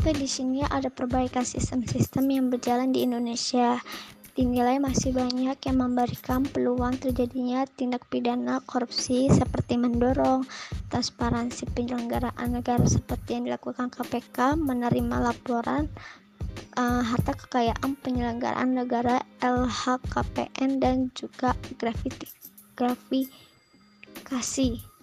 Oke, di sini ada perbaikan sistem-sistem yang berjalan di Indonesia. Dinilai masih banyak yang memberikan peluang terjadinya tindak pidana korupsi seperti mendorong transparansi penyelenggaraan negara seperti yang dilakukan KPK, menerima laporan harta kekayaan penyelenggaraan negara LHKPN, dan juga gratifikasi